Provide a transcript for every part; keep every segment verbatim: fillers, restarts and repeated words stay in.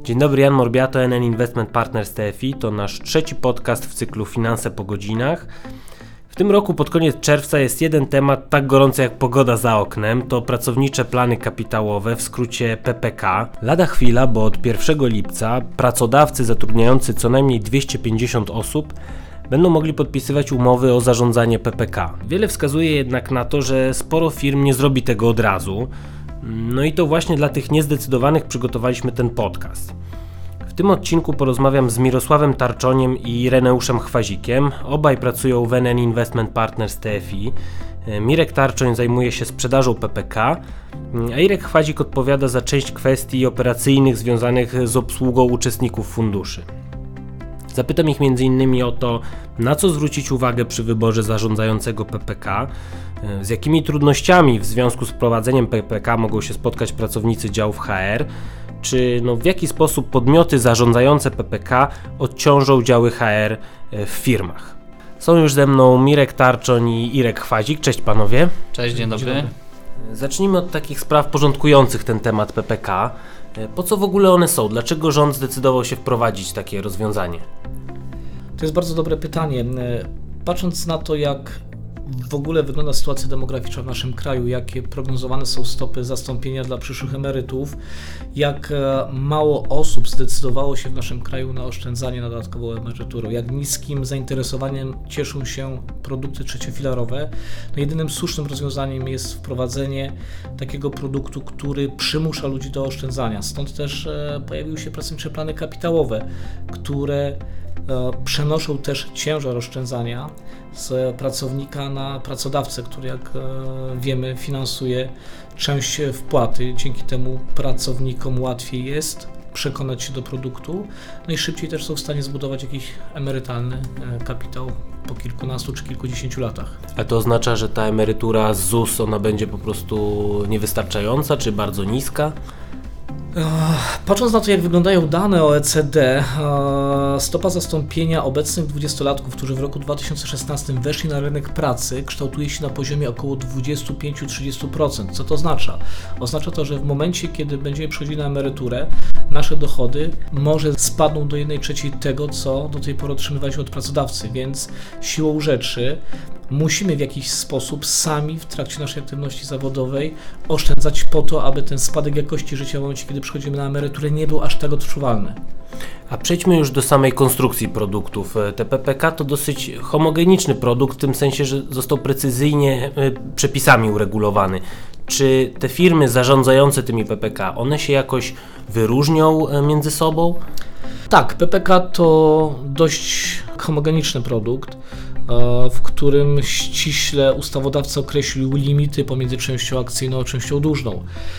Dzień dobry, Jan Morbiato, N N Investment Partners T F I. To nasz trzeci podcast w cyklu Finanse po godzinach. W tym roku pod koniec czerwca jest jeden temat tak gorący jak pogoda za oknem. To pracownicze plany kapitałowe, w skrócie P P K. Lada chwila, bo od pierwszego lipca pracodawcy zatrudniający co najmniej dwieście pięćdziesiąt osób będą mogli podpisywać umowy o zarządzanie P P K. Wiele wskazuje jednak na to, że sporo firm nie zrobi tego od razu. No i to właśnie dla tych niezdecydowanych przygotowaliśmy ten podcast. W tym odcinku porozmawiam z Mirosławem Tarczoniem i Reneuszem Chwazikiem. Obaj pracują w N N Investment Partners T F I. Mirek Tarczoń zajmuje się sprzedażą P P K, a Irek Chwazik odpowiada za część kwestii operacyjnych związanych z obsługą uczestników funduszy. Zapytam ich między innymi o to, na co zwrócić uwagę przy wyborze zarządzającego P P K, z jakimi trudnościami w związku z prowadzeniem P P K mogą się spotkać pracownicy działów H R, czy no, w jaki sposób podmioty zarządzające P P K odciążą działy H R w firmach. Są już ze mną Mirek Tarczoń i Irek Chwazik. Cześć panowie. Cześć, dzień dobry. Dzień dobry. Zacznijmy od takich spraw porządkujących ten temat P P K. Po co w ogóle one są? Dlaczego rząd zdecydował się wprowadzić takie rozwiązanie? To jest bardzo dobre pytanie. Patrząc na to, jak w ogóle wygląda sytuacja demograficzna w naszym kraju, jakie prognozowane są stopy zastąpienia dla przyszłych emerytów, jak mało osób zdecydowało się w naszym kraju na oszczędzanie na dodatkową emeryturę, jak niskim zainteresowaniem cieszą się produkty trzeciofilarowe, no jedynym słusznym rozwiązaniem jest wprowadzenie takiego produktu, który przymusza ludzi do oszczędzania. Stąd też pojawiły się pracownicze plany kapitałowe, które przenoszą też ciężar oszczędzania z pracownika na pracodawcę, który jak wiemy finansuje część wpłaty. Dzięki temu pracownikom łatwiej jest przekonać się do produktu, no i szybciej też są w stanie zbudować jakiś emerytalny kapitał po kilkunastu czy kilkudziesięciu latach. A to oznacza, że ta emerytura z Z U S ona będzie po prostu niewystarczająca czy bardzo niska? Patrząc na to, jak wyglądają dane O E C D, stopa zastąpienia obecnych dwudziestolatków, którzy w roku dwa tysiące szesnastym weszli na rynek pracy, kształtuje się na poziomie około dwadzieścia pięć do trzydziestu procent. Co to oznacza? Oznacza to, że w momencie, kiedy będziemy przechodzili na emeryturę, nasze dochody może spadną do jednej trzeciej tego, co do tej pory otrzymywaliśmy od pracodawcy, więc siłą rzeczy musimy w jakiś sposób sami w trakcie naszej aktywności zawodowej oszczędzać po to, aby ten spadek jakości życia w momencie, kiedy przechodzimy na emeryturę, nie był aż tak odczuwalny. A przejdźmy już do samej konstrukcji produktów. Te P P K to dosyć homogeniczny produkt, w tym sensie, że został precyzyjnie przepisami uregulowany. Czy te firmy zarządzające tymi P P K, one się jakoś wyróżnią między sobą? Tak, P P K to dość homogeniczny produkt, w którym ściśle ustawodawca określił limity pomiędzy częścią akcyjną a częścią dłużną.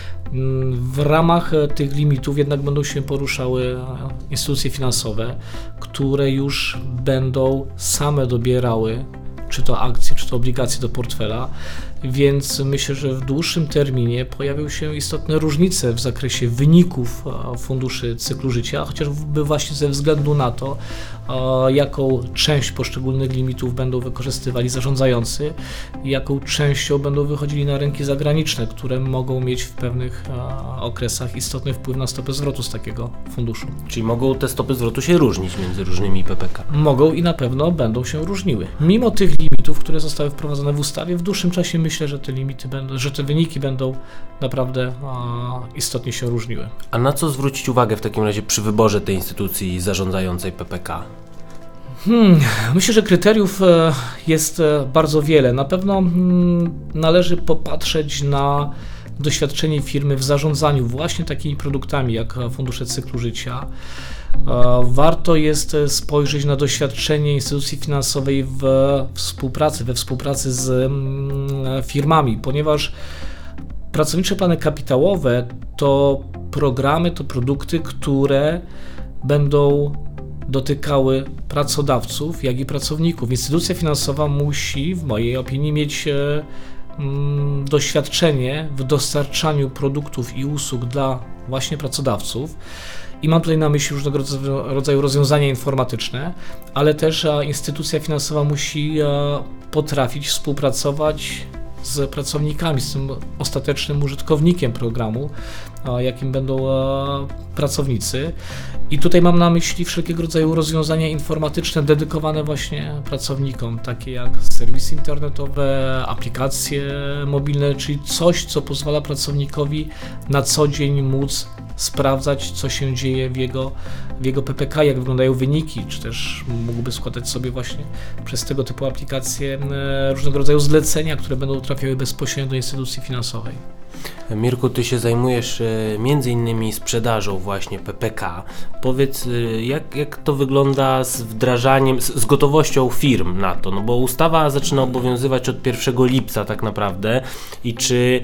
W ramach tych limitów jednak będą się poruszały instytucje finansowe, które już będą same dobierały czy to akcje, czy to obligacje do portfela, więc myślę, że w dłuższym terminie pojawią się istotne różnice w zakresie wyników funduszy cyklu życia, chociażby właśnie ze względu na to, jaką część poszczególnych limitów będą wykorzystywali zarządzający, jaką częścią będą wychodzili na rynki zagraniczne, które mogą mieć w pewnych okresach istotny wpływ na stopę zwrotu z takiego funduszu. Czyli mogą te stopy zwrotu się różnić między różnymi P P K? Mogą i na pewno będą się różniły. Mimo tych limitów, które zostały wprowadzone w ustawie, w dłuższym czasie myślę, że te limity będą, że te wyniki będą naprawdę a, istotnie się różniły. A na co zwrócić uwagę w takim razie przy wyborze tej instytucji zarządzającej P P K? Hmm, myślę, że kryteriów jest bardzo wiele. Na pewno hmm, należy popatrzeć na doświadczenie firmy w zarządzaniu właśnie takimi produktami jak fundusze cyklu życia. Warto jest spojrzeć na doświadczenie instytucji finansowej w współpracy, we współpracy z firmami, ponieważ pracownicze plany kapitałowe to programy, to produkty, które będą dotykały pracodawców, jak i pracowników. Instytucja finansowa musi, w mojej opinii, mieć doświadczenie w dostarczaniu produktów i usług dla właśnie pracodawców. I mam tutaj na myśli różnego rodzaju rozwiązania informatyczne, ale też instytucja finansowa musi potrafić współpracować z pracownikami, z tym ostatecznym użytkownikiem programu, jakim będą pracownicy. I tutaj mam na myśli wszelkiego rodzaju rozwiązania informatyczne dedykowane właśnie pracownikom, takie jak serwisy internetowe, aplikacje mobilne, czyli coś, co pozwala pracownikowi na co dzień móc sprawdzać, co się dzieje w jego, w jego P P K, jak wyglądają wyniki, czy też mógłby składać sobie właśnie przez tego typu aplikacje różnego rodzaju zlecenia, które będą trafiały bezpośrednio do instytucji finansowej. Mirku, ty się zajmujesz między innymi sprzedażą właśnie P P K. Powiedz, jak, jak to wygląda z wdrażaniem, z, z gotowością firm na to? No bo ustawa zaczyna obowiązywać od pierwszego lipca tak naprawdę i czy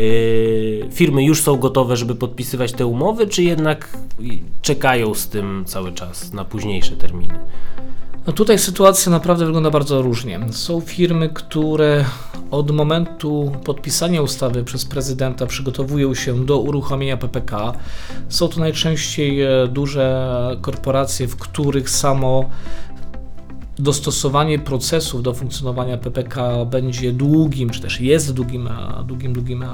yy, firmy już są gotowe, żeby podpisywać te umowy, czy jednak czekają z tym cały czas na późniejsze terminy? No tutaj sytuacja naprawdę wygląda bardzo różnie. Są firmy, które od momentu podpisania ustawy przez prezydenta przygotowują się do uruchomienia P P K. Są to najczęściej duże korporacje, w których samo dostosowanie procesów do funkcjonowania P P K będzie długim, czy też jest długim, długim, długim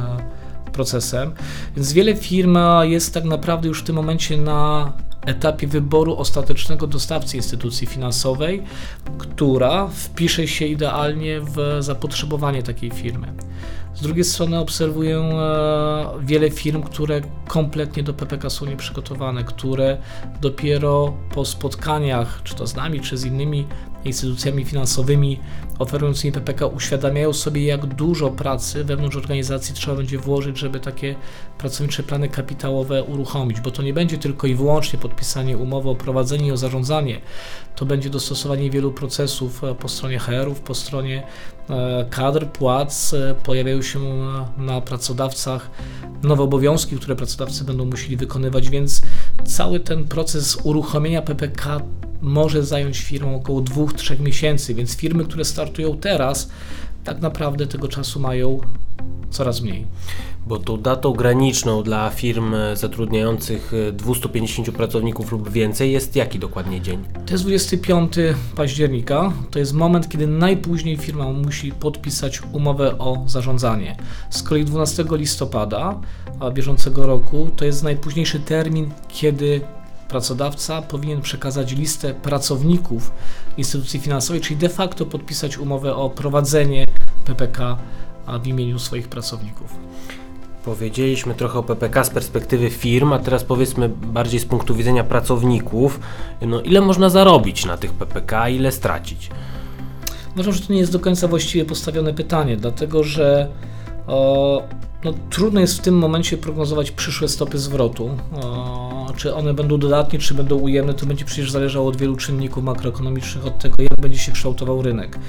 procesem. Więc wiele firm jest tak naprawdę już w tym momencie na etapie wyboru ostatecznego dostawcy instytucji finansowej, która wpisze się idealnie w zapotrzebowanie takiej firmy. Z drugiej strony obserwuję wiele firm, które kompletnie do P P K są nieprzygotowane, które dopiero po spotkaniach, czy to z nami, czy z innymi instytucjami finansowymi oferującymi P P K uświadamiają sobie, jak dużo pracy wewnątrz organizacji trzeba będzie włożyć, żeby takie pracownicze plany kapitałowe uruchomić, bo to nie będzie tylko i wyłącznie podpisanie umowy o prowadzenie i o zarządzanie, to będzie dostosowanie wielu procesów po stronie H R ów, po stronie kadr, płac, pojawiają się na pracodawcach nowe obowiązki, które pracodawcy będą musieli wykonywać, więc cały ten proces uruchomienia P P K może zająć firmom około dwóch do trzech miesięcy, więc firmy, które startują teraz, tak naprawdę tego czasu mają coraz mniej. Bo tą datą graniczną dla firm zatrudniających dwieście pięćdziesiąt pracowników lub więcej jest jaki dokładnie dzień? To jest dwudziestego piątego października, to jest moment, kiedy najpóźniej firma musi podpisać umowę o zarządzanie. Z kolei dwunastego listopada bieżącego roku to jest najpóźniejszy termin, kiedy pracodawca powinien przekazać listę pracowników instytucji finansowej, czyli de facto podpisać umowę o prowadzenie P P K w imieniu swoich pracowników. Powiedzieliśmy trochę o P P K z perspektywy firm, a teraz powiedzmy bardziej z punktu widzenia pracowników. No, ile można zarobić na tych P P K, ile stracić? Uważam, że to nie jest do końca właściwie postawione pytanie, dlatego że o, no, trudno jest w tym momencie prognozować przyszłe stopy zwrotu. O, czy one będą dodatnie, czy będą ujemne, to będzie przecież zależało od wielu czynników makroekonomicznych, od tego, jak będzie się kształtował rynek.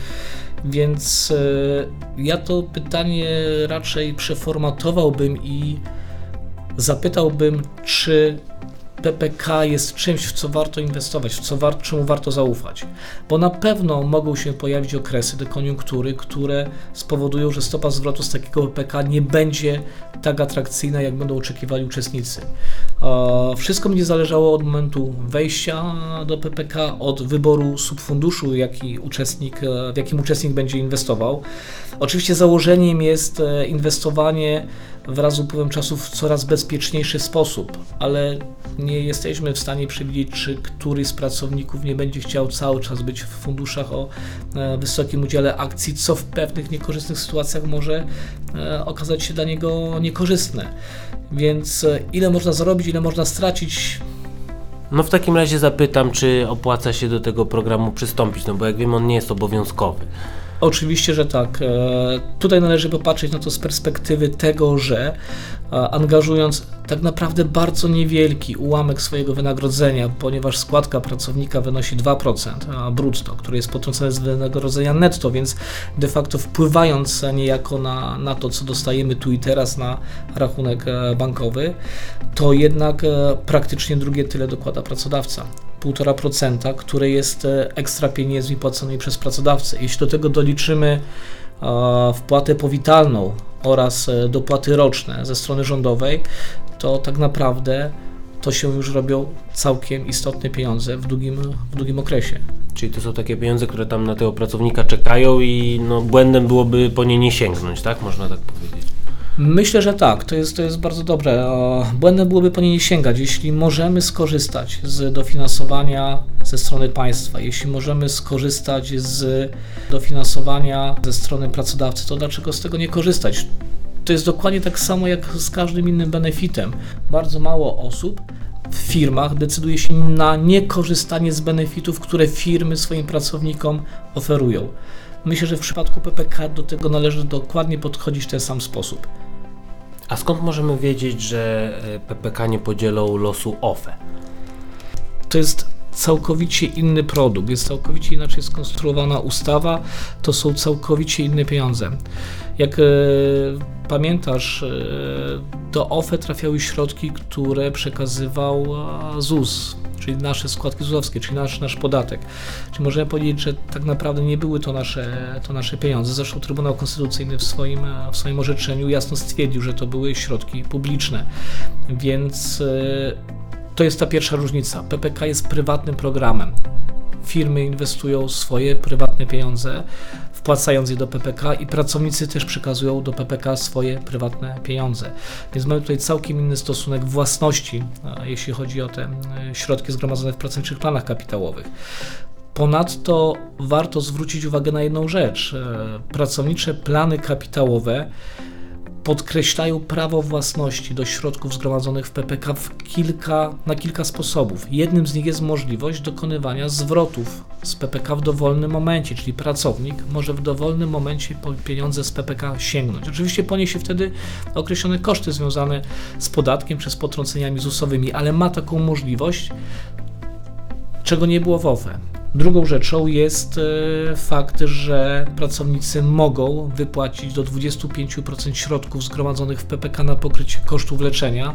Więc y, ja to pytanie raczej przeformatowałbym i zapytałbym, czy P P K jest czymś, w co warto inwestować, w co war- czemu warto zaufać. Bo na pewno mogą się pojawić okresy, dekoniunktury, które spowodują, że stopa zwrotu z takiego P P K nie będzie tak atrakcyjna, jak będą oczekiwali uczestnicy. Wszystko będzie zależało od momentu wejścia do P P K, od wyboru subfunduszu, jaki uczestnik, w jakim uczestnik będzie inwestował. Oczywiście założeniem jest inwestowanie wraz z upływem czasu w coraz bezpieczniejszy sposób, ale nie jesteśmy w stanie przewidzieć, czy któryś z pracowników nie będzie chciał cały czas być w funduszach o wysokim udziale akcji, co w pewnych niekorzystnych sytuacjach może okazać się dla niego niekorzystne. Więc ile można zarobić, ile można stracić? No w takim razie zapytam, czy opłaca się do tego programu przystąpić, no bo jak wiem, on nie jest obowiązkowy. Oczywiście, że tak. Tutaj należy popatrzeć na to z perspektywy tego, że angażując tak naprawdę bardzo niewielki ułamek swojego wynagrodzenia, ponieważ składka pracownika wynosi dwa procent brutto, które jest potrącone z wynagrodzenia netto, więc de facto wpływając niejako na, na to, co dostajemy tu i teraz na rachunek bankowy, to jednak praktycznie drugie tyle dokłada pracodawca. półtora procenta, które jest ekstra pieniędzmi płaconymi przez pracodawcę. Jeśli do tego doliczymy wpłatę powitalną oraz dopłaty roczne ze strony rządowej, to tak naprawdę to się już robią całkiem istotne pieniądze w długim, w długim okresie. Czyli to są takie pieniądze, które tam na tego pracownika czekają i no, błędem byłoby po nie nie sięgnąć, tak? Można tak powiedzieć. Myślę, że tak, to jest, to jest bardzo dobre. Błędem byłoby po nie nie sięgać. Jeśli możemy skorzystać z dofinansowania ze strony państwa, jeśli możemy skorzystać z dofinansowania ze strony pracodawcy, to dlaczego z tego nie korzystać? To jest dokładnie tak samo jak z każdym innym benefitem. Bardzo mało osób w firmach decyduje się na niekorzystanie z benefitów, które firmy swoim pracownikom oferują. Myślę, że w przypadku P P K do tego należy dokładnie podchodzić w ten sam sposób. A skąd możemy wiedzieć, że P P K nie podzielą losu O F E? To jest całkowicie inny produkt, jest całkowicie inaczej skonstruowana ustawa, to są całkowicie inne pieniądze. Jak e, pamiętasz, e, do O F E trafiały środki, które przekazywał Z U S, czyli nasze składki zuzowskie, czyli nasz, nasz podatek. Czyli możemy powiedzieć, że tak naprawdę nie były to nasze, to nasze pieniądze. Zresztą Trybunał Konstytucyjny w swoim, w swoim orzeczeniu jasno stwierdził, że to były środki publiczne. Więc e, to jest ta pierwsza różnica. P P K jest prywatnym programem. Firmy inwestują swoje prywatne pieniądze, wpłacając je do P P K i pracownicy też przekazują do P P K swoje prywatne pieniądze. Więc mamy tutaj całkiem inny stosunek własności, jeśli chodzi o te środki zgromadzone w pracowniczych planach kapitałowych. Ponadto warto zwrócić uwagę na jedną rzecz. Pracownicze plany kapitałowe podkreślają prawo własności do środków zgromadzonych w P P K w kilka, na kilka sposobów. Jednym z nich jest możliwość dokonywania zwrotów z P P K w dowolnym momencie, czyli pracownik może w dowolnym momencie po pieniądze z P P K sięgnąć. Oczywiście poniesie wtedy określone koszty związane z podatkiem czy z potrąceniami Z U S-owymi, ale ma taką możliwość, czego nie było w O F E. Drugą rzeczą jest fakt, że pracownicy mogą wypłacić do dwadzieścia pięć procent środków zgromadzonych w P P K na pokrycie kosztów leczenia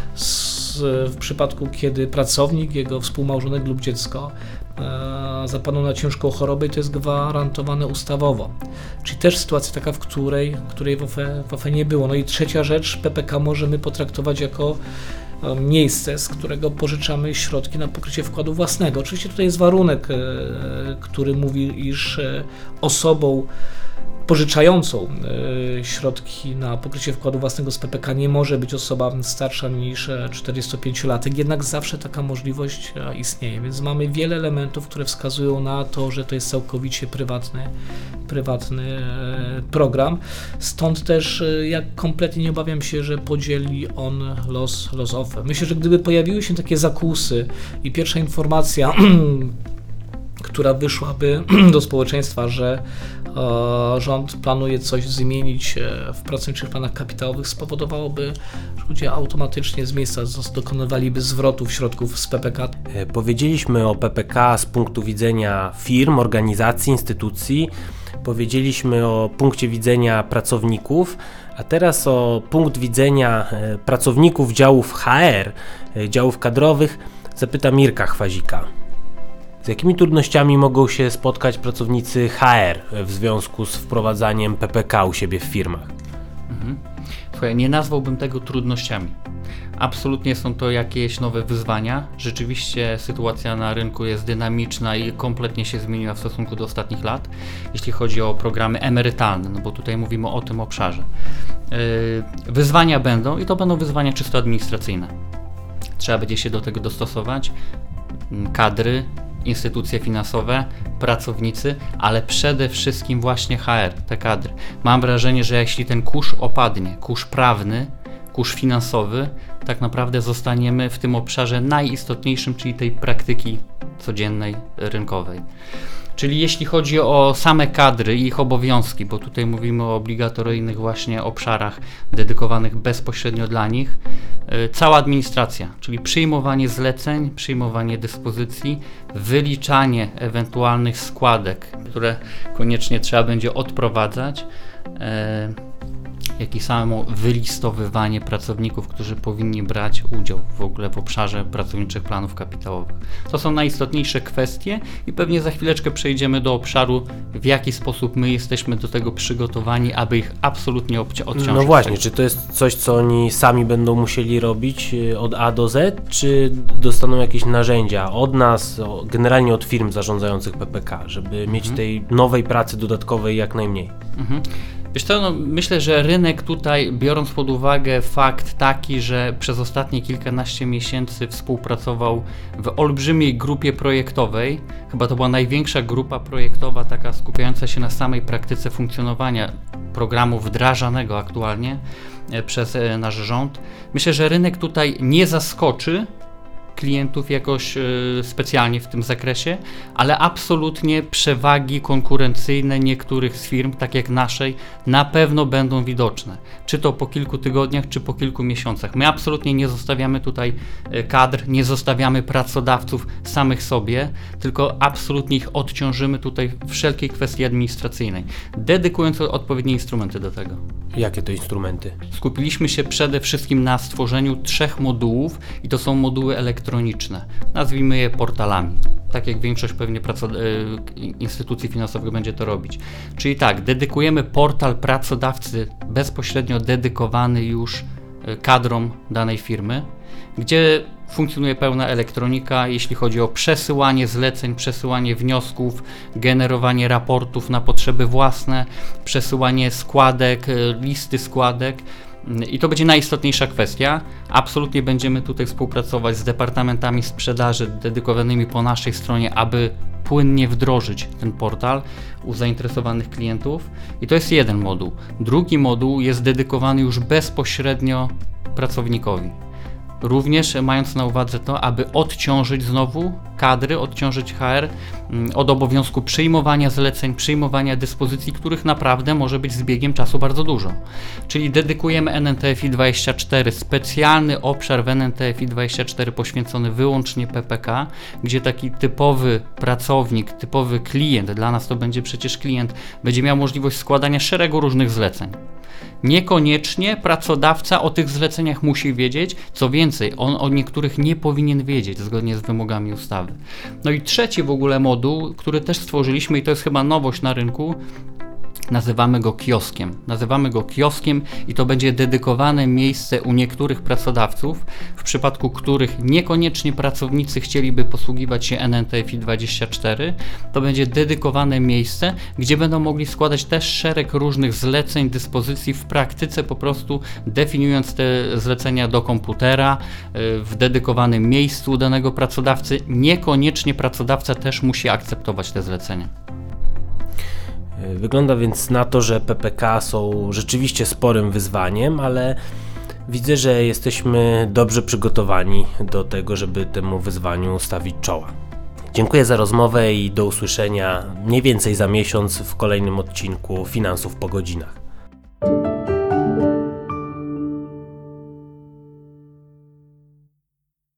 w przypadku, kiedy pracownik, jego współmałżonek lub dziecko zapadną na ciężką chorobę i to jest gwarantowane ustawowo. Czyli też sytuacja taka, w której, której w O F E, w O F E nie było. No i trzecia rzecz, P P K możemy potraktować jako miejsce, z którego pożyczamy środki na pokrycie wkładu własnego. Oczywiście tutaj jest warunek, który mówi, iż osobą pożyczającą środki na pokrycie wkładu własnego z P P K nie może być osoba starsza niż czterdziestopięciolatek, jednak zawsze taka możliwość istnieje, więc mamy wiele elementów, które wskazują na to, że to jest całkowicie prywatny, prywatny program, stąd też ja kompletnie nie obawiam się, że podzieli on los, los O F E. Myślę, że gdyby pojawiły się takie zakusy i pierwsza informacja, która wyszłaby do społeczeństwa, że e, rząd planuje coś zmienić w pracowniczych planach kapitałowych, spowodowałoby, że ludzie automatycznie z miejsca dokonywaliby zwrotów środków z P P K. Powiedzieliśmy o P P K z punktu widzenia firm, organizacji, instytucji, powiedzieliśmy o punkcie widzenia pracowników, a teraz o punkt widzenia pracowników działów H R, działów kadrowych, zapyta Mirka Chwazika. Z jakimi trudnościami mogą się spotkać pracownicy H R w związku z wprowadzaniem P P K u siebie w firmach? Mhm. Słuchaj, nie nazwałbym tego trudnościami. Absolutnie są to jakieś nowe wyzwania. Rzeczywiście sytuacja na rynku jest dynamiczna i kompletnie się zmieniła w stosunku do ostatnich lat, jeśli chodzi o programy emerytalne, no bo tutaj mówimy o tym obszarze. Yy, wyzwania będą i to będą wyzwania czysto administracyjne. Trzeba będzie się do tego dostosować. Kadry, instytucje finansowe, pracownicy, ale przede wszystkim właśnie H R, te kadry. Mam wrażenie, że jeśli ten kurz opadnie, kurz prawny, kurz finansowy, tak naprawdę zostaniemy w tym obszarze najistotniejszym, czyli tej praktyki codziennej, rynkowej. Czyli jeśli chodzi o same kadry i ich obowiązki, bo tutaj mówimy o obligatoryjnych właśnie obszarach dedykowanych bezpośrednio dla nich, yy, cała administracja, czyli przyjmowanie zleceń, przyjmowanie dyspozycji, wyliczanie ewentualnych składek, które koniecznie trzeba będzie odprowadzać, yy, jak i samo wylistowywanie pracowników, którzy powinni brać udział w ogóle w obszarze pracowniczych planów kapitałowych. To są najistotniejsze kwestie i pewnie za chwileczkę przejdziemy do obszaru, w jaki sposób my jesteśmy do tego przygotowani, aby ich absolutnie obci- odciążyć. No właśnie, czy to jest coś, co oni sami będą musieli robić od A do Z, czy dostaną jakieś narzędzia od nas, generalnie od firm zarządzających P P K, żeby mieć mhm. tej nowej pracy dodatkowej jak najmniej? Mhm. Wiesz co, no, myślę, że rynek tutaj, biorąc pod uwagę fakt taki, że przez ostatnie kilkanaście miesięcy współpracował w olbrzymiej grupie projektowej, chyba to była największa grupa projektowa, taka skupiająca się na samej praktyce funkcjonowania programu wdrażanego aktualnie przez nasz rząd. Myślę, że rynek tutaj nie zaskoczy klientów jakoś y, specjalnie w tym zakresie, ale absolutnie przewagi konkurencyjne niektórych z firm, tak jak naszej, na pewno będą widoczne. Czy to po kilku tygodniach, czy po kilku miesiącach. My absolutnie nie zostawiamy tutaj kadr, nie zostawiamy pracodawców samych sobie, tylko absolutnie ich odciążymy tutaj w wszelkiej kwestii administracyjnej, dedykując odpowiednie instrumenty do tego. Jakie to instrumenty? Skupiliśmy się przede wszystkim na stworzeniu trzech modułów i to są moduły elektroniczne. Nazwijmy je portalami. Tak jak większość pewnie praco- instytucji finansowych będzie to robić. Czyli tak, dedykujemy portal pracodawcy bezpośrednio dedykowany już kadrom danej firmy, gdzie funkcjonuje pełna elektronika, jeśli chodzi o przesyłanie zleceń, przesyłanie wniosków, generowanie raportów na potrzeby własne, przesyłanie składek, listy składek. I to będzie najistotniejsza kwestia. Absolutnie będziemy tutaj współpracować z departamentami sprzedaży dedykowanymi po naszej stronie, aby płynnie wdrożyć ten portal u zainteresowanych klientów. I to jest jeden moduł. Drugi moduł jest dedykowany już bezpośrednio pracownikowi. Również mając na uwadze to, aby odciążyć znowu kadry, odciążyć H R od obowiązku przyjmowania zleceń, przyjmowania dyspozycji, których naprawdę może być z biegiem czasu bardzo dużo. Czyli dedykujemy N N T F I dwadzieścia cztery, specjalny obszar w N N T F I dwadzieścia cztery poświęcony wyłącznie P P K, gdzie taki typowy pracownik, typowy klient, dla nas to będzie przecież klient, będzie miał możliwość składania szeregu różnych zleceń. Niekoniecznie pracodawca o tych zleceniach musi wiedzieć, co więcej, on o niektórych nie powinien wiedzieć zgodnie z wymogami ustawy. No i trzeci w ogóle moduł, który też stworzyliśmy i to jest chyba nowość na rynku, nazywamy go kioskiem. Nazywamy go kioskiem i to będzie dedykowane miejsce u niektórych pracodawców, w przypadku których niekoniecznie pracownicy chcieliby posługiwać się N N T F I dwadzieścia cztery. To będzie dedykowane miejsce, gdzie będą mogli składać też szereg różnych zleceń, dyspozycji w praktyce, po prostu definiując te zlecenia do komputera w dedykowanym miejscu danego pracodawcy. Niekoniecznie pracodawca też musi akceptować te zlecenia. Wygląda więc na to, że P P K są rzeczywiście sporym wyzwaniem, ale widzę, że jesteśmy dobrze przygotowani do tego, żeby temu wyzwaniu stawić czoła. Dziękuję za rozmowę i do usłyszenia mniej więcej za miesiąc w kolejnym odcinku Finansów po godzinach.